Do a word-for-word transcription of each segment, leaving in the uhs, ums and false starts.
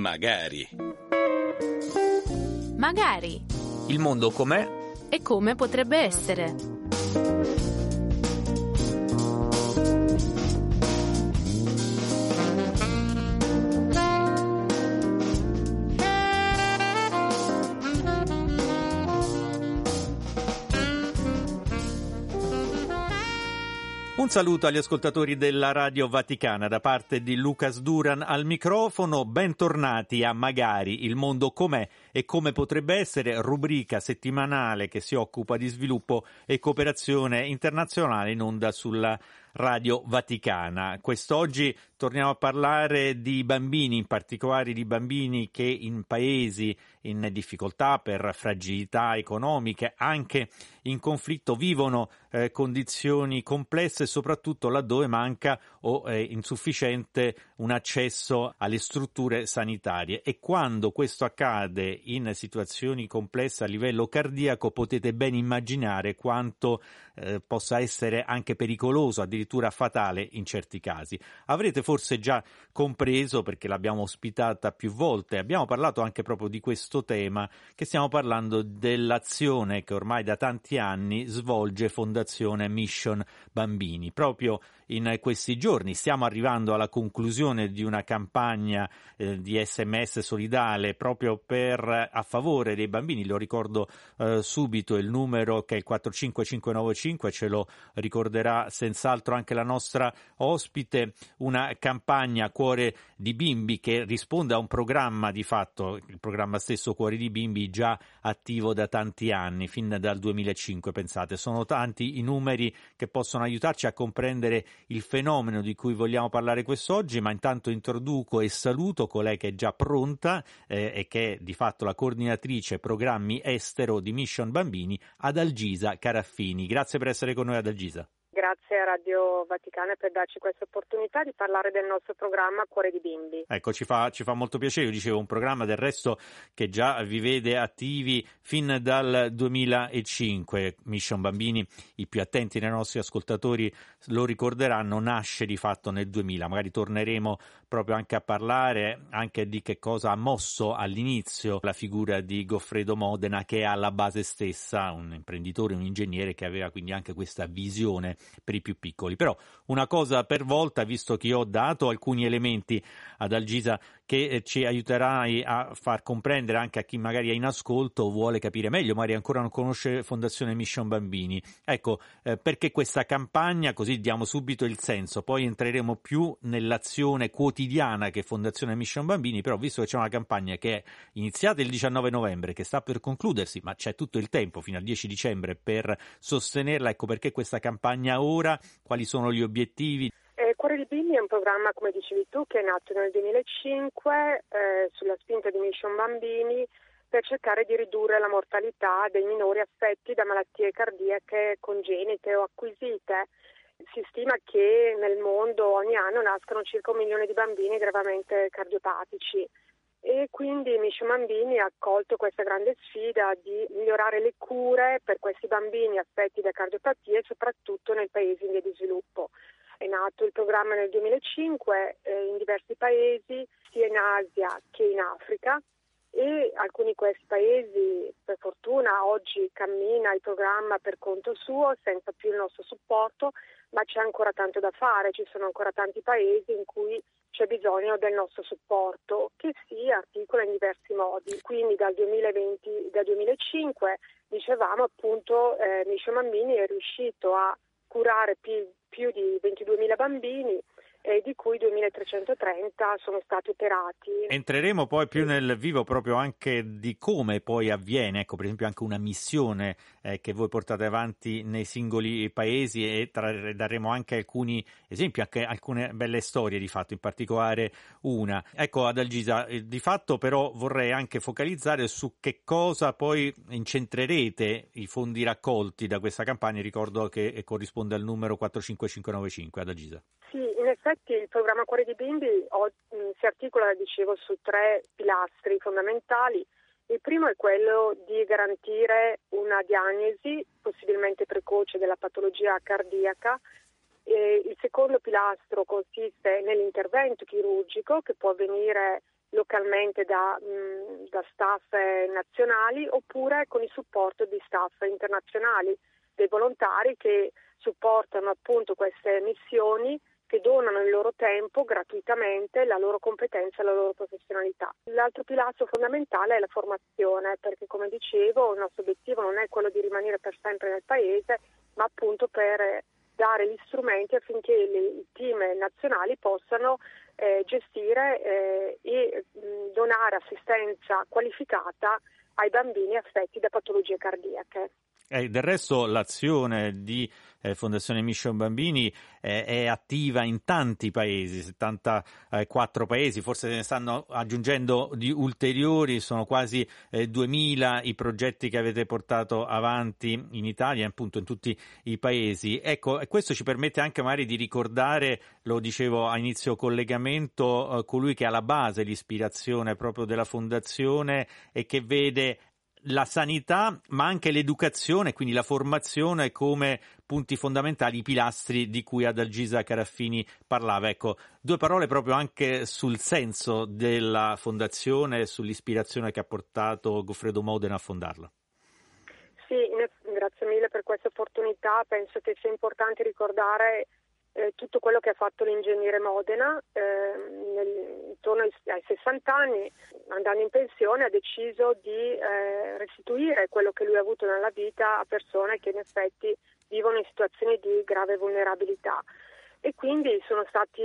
Magari. Magari. Il mondo com'è? E come potrebbe essere. Un saluto agli ascoltatori della Radio Vaticana da parte di Lucas Duran al microfono. Bentornati a Magari, il mondo com'è e come potrebbe essere, rubrica settimanale che si occupa di sviluppo e cooperazione internazionale in onda sulla Radio Vaticana. Quest'oggi torniamo a parlare di bambini, in particolare di bambini che in paesi in difficoltà per fragilità economiche, anche in conflitto, vivono eh, condizioni complesse, soprattutto laddove manca o è insufficiente un accesso alle strutture sanitarie. E quando questo accade in situazioni complesse a livello cardiaco, potete ben immaginare quanto eh, possa essere anche pericoloso, addirittura fatale in certi casi. Avrete forse già compreso, perché l'abbiamo ospitata più volte, abbiamo parlato anche proprio di questo tema, che stiamo parlando dell'azione che ormai da tanti anni svolge Fondazione Mission Bambini. Proprio in questi giorni stiamo arrivando alla conclusione di una campagna eh, di S M S solidale proprio per a favore dei bambini. Lo ricordo eh, subito, il numero che è il quattro cinque cinque nove cinque, ce lo ricorderà senz'altro anche la nostra ospite, una campagna a cuore di bimbi che risponde a un programma, di fatto il programma stesso Cuore di Bimbi, già attivo da tanti anni, fin dal duemilacinque, pensate. Sono tanti i numeri che possono aiutarci a comprendere il fenomeno di cui vogliamo parlare quest'oggi, ma intanto introduco e saluto colei che è già pronta eh, e che è di fatto la coordinatrice programmi estero di Mission Bambini, Adalgisa Caraffini. Grazie per essere con noi, Adalgisa. Grazie a Radio Vaticana per darci questa opportunità di parlare del nostro programma Cuore di Bimbi. Ecco, ci fa, ci fa molto piacere. Io dicevo, un programma del resto che già vi vede attivi fin dal duemilacinque. Mission Bambini, i più attenti dei nostri ascoltatori lo ricorderanno, nasce di fatto nel duemila. Magari torneremo proprio anche a parlare anche di che cosa ha mosso all'inizio la figura di Goffredo Modena, che è alla base stessa un imprenditore, un ingegnere che aveva quindi anche questa visione per i più piccoli. Però una cosa per volta, visto che io ho dato alcuni elementi ad Algisa che ci aiuterai a far comprendere anche a chi magari è in ascolto o vuole capire meglio, magari ancora non conosce Fondazione Mission Bambini. Ecco, eh, perché questa campagna, così diamo subito il senso, poi entreremo più nell'azione quotidiana che Fondazione Mission Bambini, però visto che c'è una campagna che è iniziata il diciannove novembre, che sta per concludersi, ma c'è tutto il tempo fino al dieci dicembre per sostenerla, ecco perché questa campagna ora, quali sono gli obiettivi? Eh, Cuore di Bimbi è un programma, come dicevi tu, che è nato nel duemilacinque eh, sulla spinta di Mission Bambini per cercare di ridurre la mortalità dei minori affetti da malattie cardiache congenite o acquisite. Si stima che nel mondo ogni anno nascono circa un milione di bambini gravemente cardiopatici e quindi Mission Bambini ha accolto questa grande sfida di migliorare le cure per questi bambini affetti da cardiopatie, soprattutto nei paesi in via di sviluppo. È nato il programma nel duemilacinque eh, in diversi paesi, sia in Asia che in Africa, e alcuni di questi paesi, per fortuna, oggi cammina il programma per conto suo, senza più il nostro supporto, ma c'è ancora tanto da fare, ci sono ancora tanti paesi in cui c'è bisogno del nostro supporto, che si articola in diversi modi. Quindi dal duemilaventi, dal duemilacinque, dicevamo appunto, eh, Mission Bambini è riuscito a curare più, più di ventiduemila bambini, eh, di cui duemilatrecentotrenta sono stati operati. Entreremo poi più nel vivo proprio anche di come poi avviene, ecco per esempio anche una missione eh, che voi portate avanti nei singoli paesi, e tra- daremo anche alcuni esempi, anche alcune belle storie di fatto, in particolare una. Ecco Adalgisa, eh, di fatto però vorrei anche focalizzare su che cosa poi incentrerete i fondi raccolti da questa campagna. Ricordo che eh, corrisponde al numero quattro cinque cinque nove cinque, Adalgisa. Sì, in effetti il programma Cuore di Bimbi ho, mh, si articola, dicevo, su tre pilastri fondamentali. Il primo è quello di garantire una diagnosi possibilmente precoce della patologia cardiaca. E il secondo pilastro consiste nell'intervento chirurgico che può avvenire localmente da, mh, da staff nazionali oppure con il supporto di staff internazionali, dei volontari che supportano appunto queste missioni, che donano il loro tempo gratuitamente, la loro competenza e la loro professionalità. L'altro pilastro fondamentale è la formazione, perché come dicevo il nostro obiettivo non è quello di rimanere per sempre nel paese, ma appunto per dare gli strumenti affinché i team nazionali possano eh, gestire eh, e mh, donare assistenza qualificata ai bambini affetti da patologie cardiache. Eh, del resto l'azione di eh, Fondazione Mission Bambini eh, è attiva in tanti paesi, settantaquattro paesi, forse se ne stanno aggiungendo di ulteriori, sono quasi eh, duemila i progetti che avete portato avanti in Italia, appunto in tutti i paesi. Ecco, questo ci permette anche magari di ricordare, lo dicevo a inizio collegamento, eh, colui che è alla base l'ispirazione proprio della Fondazione e che vede la sanità ma anche l'educazione, quindi la formazione come punti fondamentali, i pilastri di cui Adalgisa Caraffini parlava. Ecco, due parole proprio anche sul senso della fondazione e sull'ispirazione che ha portato Goffredo Modena a fondarla. Sì, grazie mille per questa opportunità. Penso che sia importante ricordare eh, tutto quello che ha fatto l'ingegnere Modena eh, nel, intorno ai, ai sessanta anni, andando in pensione, ha deciso di eh, restituire quello che lui ha avuto nella vita a persone che in effetti vivono in situazioni di grave vulnerabilità. E quindi sono stati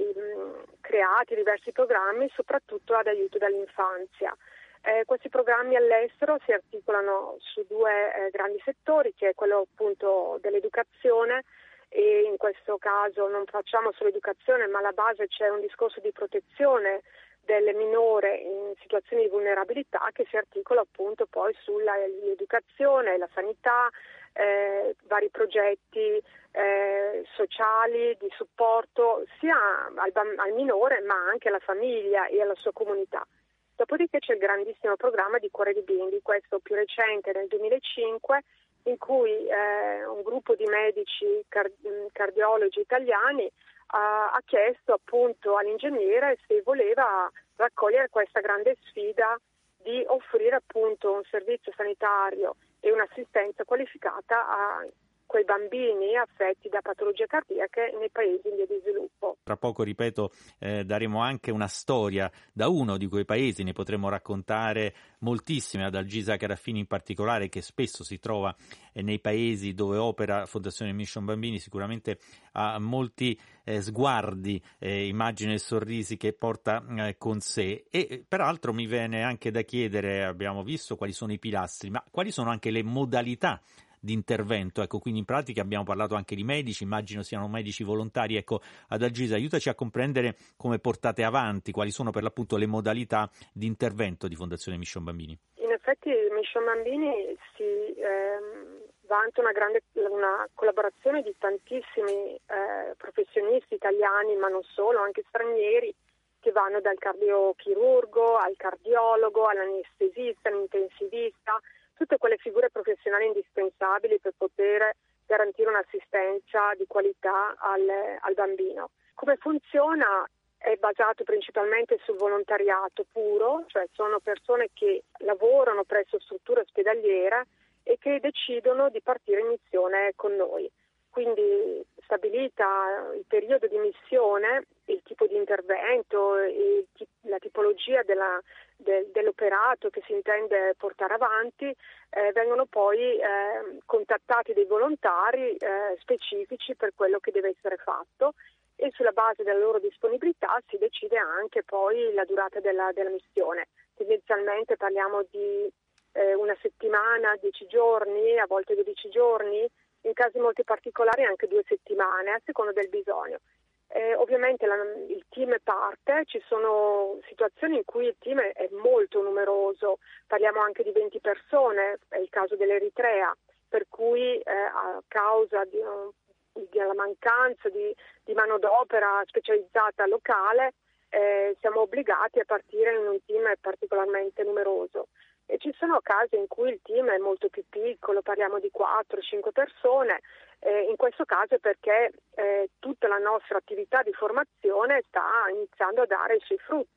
mh, creati diversi programmi, soprattutto ad aiuto dall'infanzia. Eh, questi programmi all'estero si articolano su due eh, grandi settori, che è quello appunto dell'educazione, e in questo caso non facciamo solo educazione, ma alla base c'è un discorso di protezione del minore in situazioni di vulnerabilità che si articola appunto poi sull'educazione, la sanità, eh, vari progetti eh, sociali di supporto sia al, al minore ma anche alla famiglia e alla sua comunità. Dopodiché c'è il grandissimo programma di Cuore di Bimbi, questo più recente nel duemilacinque, in cui eh, un gruppo di medici car- cardiologi italiani uh, ha chiesto appunto all'ingegnere se voleva raccogliere questa grande sfida di offrire appunto un servizio sanitario e un'assistenza qualificata a quei bambini affetti da patologie cardiache nei paesi in via di sviluppo. Tra poco, ripeto, eh, daremo anche una storia da uno di quei paesi, ne potremo raccontare moltissime, ad Adalgisa Caraffini in particolare, che spesso si trova eh, nei paesi dove opera Fondazione Mission Bambini, sicuramente ha molti eh, sguardi, eh, immagini e sorrisi che porta eh, con sé. E peraltro mi viene anche da chiedere, abbiamo visto quali sono i pilastri, ma quali sono anche le modalità di intervento. Ecco, quindi in pratica abbiamo parlato anche di medici, immagino siano medici volontari. Ecco, Adalgisa, aiutaci a comprendere come portate avanti, quali sono per l'appunto le modalità di intervento di Fondazione Mission Bambini. In effetti Mission Bambini si ehm, vanta una grande una collaborazione di tantissimi eh, professionisti italiani, ma non solo, anche stranieri, che vanno dal cardiochirurgo al cardiologo, all'anestesista, all'intensivista, tutte quelle figure professionali indispensabili per poter garantire un'assistenza di qualità al, al bambino. Come funziona? È basato principalmente sul volontariato puro, cioè sono persone che lavorano presso strutture ospedaliere e che decidono di partire in missione con noi. Quindi stabilita il periodo di missione, il tipo di intervento, il, la tipologia della, de, dell'operato che si intende portare avanti, eh, vengono poi eh, contattati dei volontari eh, specifici per quello che deve essere fatto e sulla base della loro disponibilità si decide anche poi la durata della, della missione. Tendenzialmente parliamo di eh, una settimana, dieci giorni, a volte dodici giorni, in casi molto particolari anche due settimane, a seconda del bisogno. Eh, ovviamente la, il team parte, ci sono situazioni in cui il team è, è molto numeroso, parliamo anche di venti persone, è il caso dell'Eritrea, per cui eh, a causa di, della mancanza di, di manodopera specializzata locale eh, siamo obbligati a partire in un team particolarmente numeroso. E ci sono casi in cui il team è molto più piccolo, parliamo di quattro cinque persone, eh, in questo caso è perché eh, tutta la nostra attività di formazione sta iniziando a dare i suoi frutti.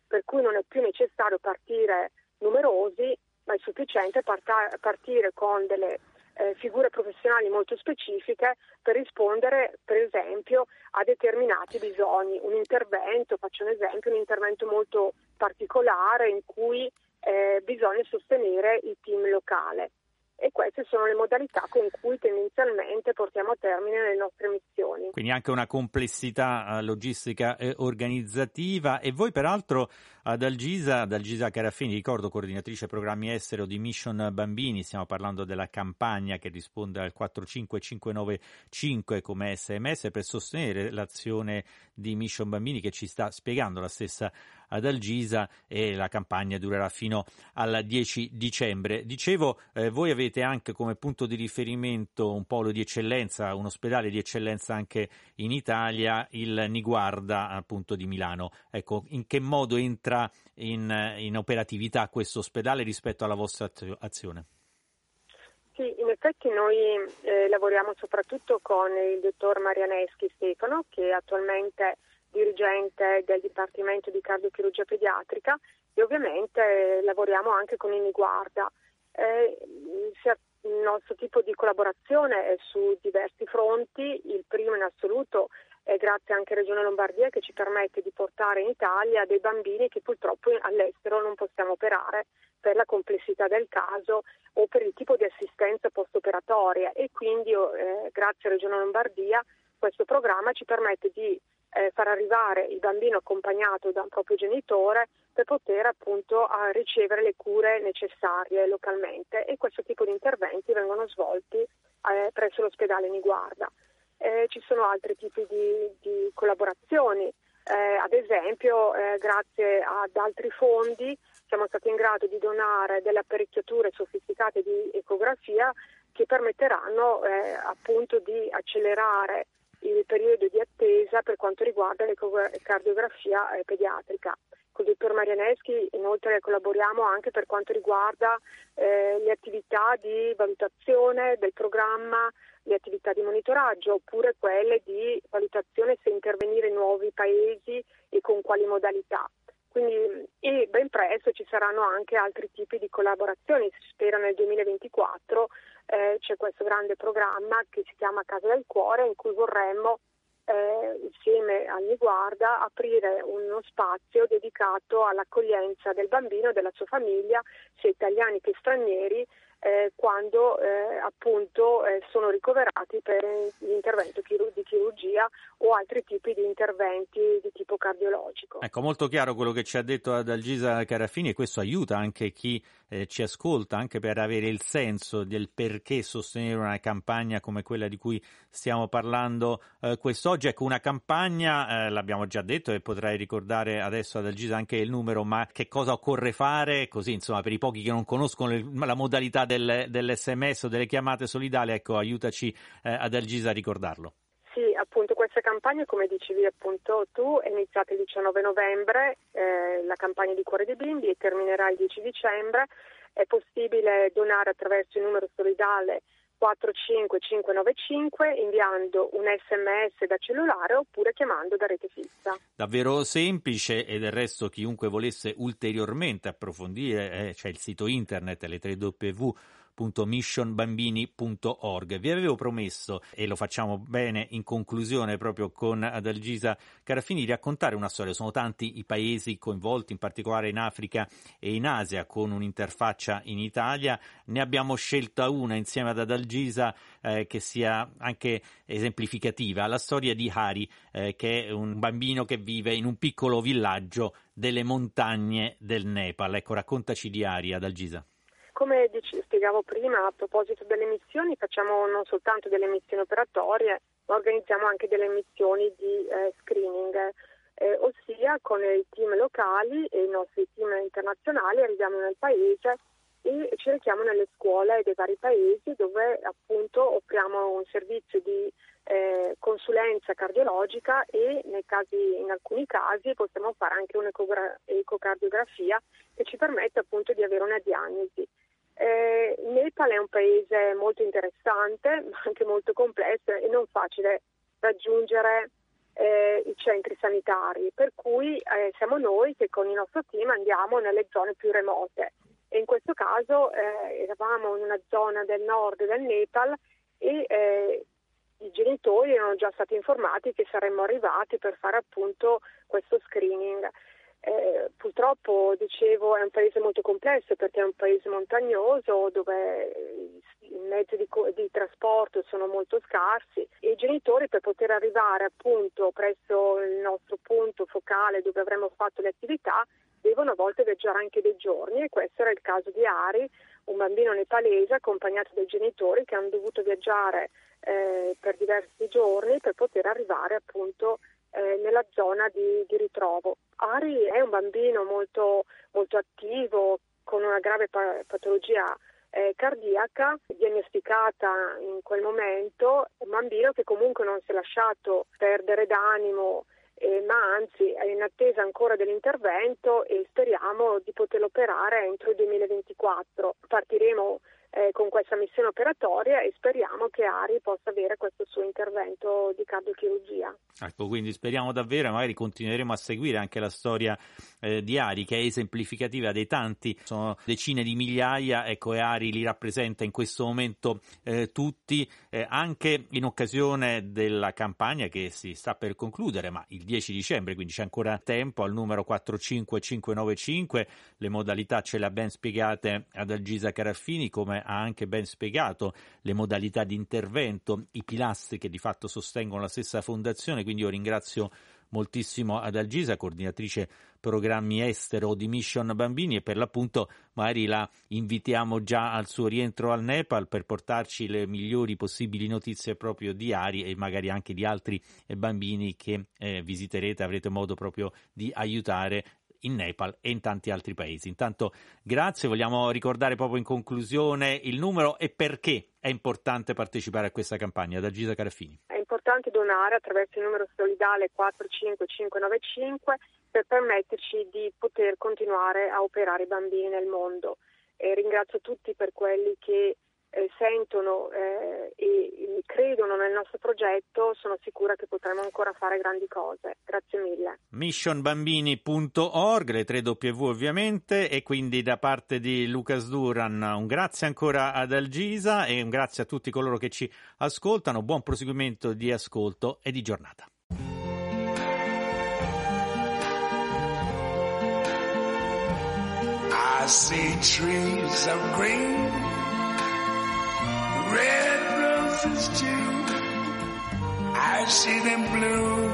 per cui non è più necessario partire numerosi, ma è sufficiente parta- partire con delle eh, figure professionali molto specifiche per rispondere, per esempio, a determinati bisogni. Un intervento, faccio un esempio, un intervento molto particolare in cui eh, bisogna sostenere il team locale. E queste sono le modalità con cui tendenzialmente portiamo a termine le nostre missioni. Quindi anche una complessità logistica e organizzativa. E voi peraltro ad Algisa, ad Algisa Caraffini, ricordo coordinatrice programmi estero di Mission Bambini, stiamo parlando della campagna che risponde al quattro cinque cinque nove cinque come sms per sostenere l'azione di Mission Bambini che ci sta spiegando la stessa ad Algisa, e la campagna durerà fino al dieci dicembre. Dicevo, eh, voi avete anche come punto di riferimento un polo di eccellenza, un ospedale di eccellenza anche in Italia, il Niguarda appunto di Milano. Ecco, in che modo entra in, in operatività questo ospedale rispetto alla vostra azione? Sì, in effetti noi eh, lavoriamo soprattutto con il dottor Marianeschi Stefano, che attualmente dirigente del Dipartimento di Cardiochirurgia Pediatrica, e ovviamente eh, lavoriamo anche con il Niguarda. Eh, il nostro tipo di collaborazione è su diversi fronti. Il primo in assoluto è grazie anche a Regione Lombardia, che ci permette di portare in Italia dei bambini che purtroppo all'estero non possiamo operare per la complessità del caso o per il tipo di assistenza post-operatoria, e quindi eh, grazie a Regione Lombardia questo programma ci permette di Eh, far arrivare il bambino accompagnato da un proprio genitore per poter appunto a ricevere le cure necessarie localmente, e questo tipo di interventi vengono svolti eh, presso l'ospedale Niguarda. Eh, ci sono altri tipi di, di collaborazioni, eh, ad esempio eh, grazie ad altri fondi siamo stati in grado di donare delle apparecchiature sofisticate di ecografia che permetteranno eh, appunto di accelerare il periodo di attesa per quanto riguarda l'ecocardiografia eh, pediatrica. Con il dottor Marianeschi inoltre collaboriamo anche per quanto riguarda eh, le attività di valutazione del programma, le attività di monitoraggio, oppure quelle di valutazione se intervenire in nuovi paesi e con quali modalità. Quindi, e ben presto ci saranno anche altri tipi di collaborazioni. Si spera nel duemilaventiquattro eh, c'è questo grande programma che si chiama Casa del Cuore, in cui vorremmo eh, insieme al Niguarda aprire uno spazio dedicato all'accoglienza del bambino e della sua famiglia, sia italiani che stranieri, eh, quando eh, appunto eh, sono ricoverati per l'intervento chirur- di chirurgia o altri tipi di interventi di tipo cardiologico. Ecco, molto chiaro quello che ci ha detto ad Algisa Caraffini, e questo aiuta anche chi eh, ci ascolta, anche per avere il senso del perché sostenere una campagna come quella di cui stiamo parlando eh, quest'oggi. Ecco, una campagna, eh, l'abbiamo già detto e potrai ricordare adesso ad Algisa anche il numero, ma che cosa occorre fare, così insomma per i pochi che non conoscono le, la modalità del, dell'esse emme esse o delle chiamate solidali, ecco, aiutaci eh, ad Algisa a ricordarlo. Sì, appunto questa campagna, come dicevi appunto tu, è iniziata il diciannove novembre, eh, la campagna di Cuore dei Bimbi, e terminerà il dieci dicembre. È possibile donare attraverso il numero solidale quattro cinque cinque nove cinque inviando un esse emme esse da cellulare oppure chiamando da rete fissa. Davvero semplice, e del resto chiunque volesse ulteriormente approfondire eh, c'è il sito internet le tre w w punto mission bambini punto org. Vi avevo promesso, e lo facciamo bene in conclusione proprio con Adalgisa Caraffini, di raccontare una storia. Sono tanti i paesi coinvolti, in particolare in Africa e in Asia, con un'interfaccia in Italia. Ne abbiamo scelta una insieme ad Adalgisa eh, che sia anche esemplificativa, la storia di Hari, eh, che è un bambino che vive in un piccolo villaggio delle montagne del Nepal. Ecco, raccontaci di Hari, Adalgisa. Come dici, spiegavo prima, a proposito delle missioni, facciamo non soltanto delle missioni operatorie, ma organizziamo anche delle missioni di eh, screening, eh, ossia con i team locali e i nostri team internazionali arriviamo nel paese e ci rechiamo nelle scuole dei vari paesi, dove appunto offriamo un servizio di eh, consulenza cardiologica, e nei casi, in alcuni casi possiamo fare anche un'ecocardiografia che ci permette appunto di avere una diagnosi. Eh, Nepal è un paese molto interessante, ma anche molto complesso e non facile raggiungere eh, i centri sanitari, per cui eh, siamo noi che con il nostro team andiamo nelle zone più remote. E in questo caso eh, eravamo in una zona del nord del Nepal e eh, i genitori erano già stati informati che saremmo arrivati per fare appunto questo screening. Eh, purtroppo, dicevo, è un paese molto complesso perché è un paese montagnoso dove i mezzi di, di trasporto sono molto scarsi e i genitori, per poter arrivare appunto presso il nostro punto focale dove avremmo fatto le attività, devono a volte viaggiare anche dei giorni, e questo era il caso di Ari, un bambino nepalese accompagnato dai genitori che hanno dovuto viaggiare eh, per diversi giorni per poter arrivare appunto eh, nella zona di, di ritrovo. Ari è un bambino molto, molto attivo, con una grave pa- patologia eh, cardiaca, diagnosticata in quel momento, un bambino che comunque non si è lasciato perdere d'animo, Eh, ma anzi è in attesa ancora dell'intervento e speriamo di poterlo operare entro il duemilaventiquattro. Partiremo eh, con questa missione operatoria e speriamo che Ari possa avere questo suo intervento di cardiochirurgia. Ecco, quindi speriamo davvero, magari continueremo a seguire anche la storia eh, di Ari, che è esemplificativa dei tanti, sono decine di migliaia, ecco, e Ari li rappresenta in questo momento eh, tutti, eh, anche in occasione della campagna che si sta per concludere, ma il dieci dicembre, quindi c'è ancora tempo, al numero quattro cinque cinque nove cinque. Le modalità ce le ha ben spiegate Adalgisa Caraffini, come ha anche ben spiegato le modalità di intervento, i pilastri che di fatto sostengono la stessa fondazione. Quindi io ringrazio moltissimo Adalgisa, coordinatrice programmi estero di Mission Bambini, e per l'appunto magari la invitiamo già al suo rientro al Nepal per portarci le migliori possibili notizie proprio di Ari e magari anche di altri bambini che eh, visiterete, avrete modo proprio di aiutare in Nepal e in tanti altri paesi. Intanto grazie, vogliamo ricordare proprio in conclusione il numero e perché è importante partecipare a questa campagna. Adalgisa Caraffini. È importante donare attraverso il numero solidale quattro cinque cinque nove cinque per permetterci di poter continuare a operare i bambini nel mondo. E ringrazio tutti per quelli che eh, sentono eh, e, e credono nel nostro progetto. Sono sicura che potremo ancora fare grandi cose. Grazie mille. mission bambini punto org, le tre W ovviamente, e quindi da parte di Lucas Duran un grazie ancora ad Adalgisa e un grazie a tutti coloro che ci ascoltano. Buon proseguimento di ascolto e di giornata. I see trees of green, red roses too. I see them blue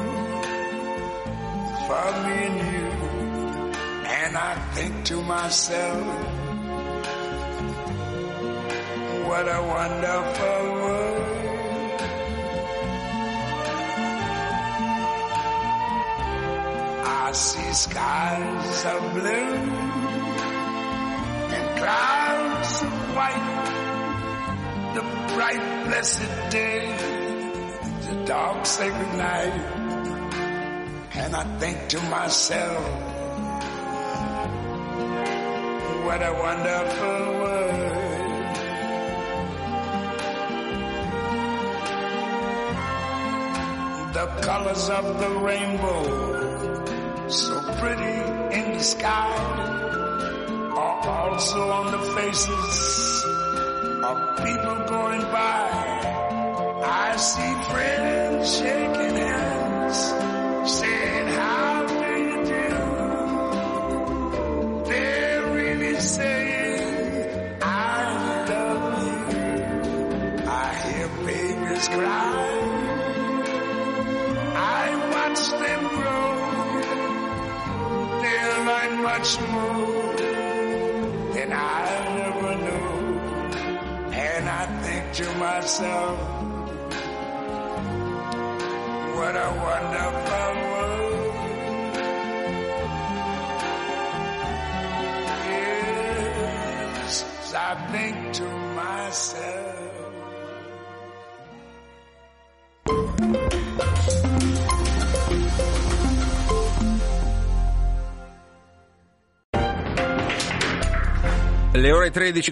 for me and you. And I think to myself, what a wonderful world. I see skies of blue, clouds of white, the bright blessed day, the dark sacred night. And I think to myself, what a wonderful world. The colors of the rainbow, so pretty in the sky, are also on the faces of people going by. I see friends shaking hands, saying, how do you do? They're really saying, I love you. I hear babies cry, I watch them grow. They'll learn much more and I never knew. And I think to myself, what a wonderful world. Yes, I think to myself. Le ore tredici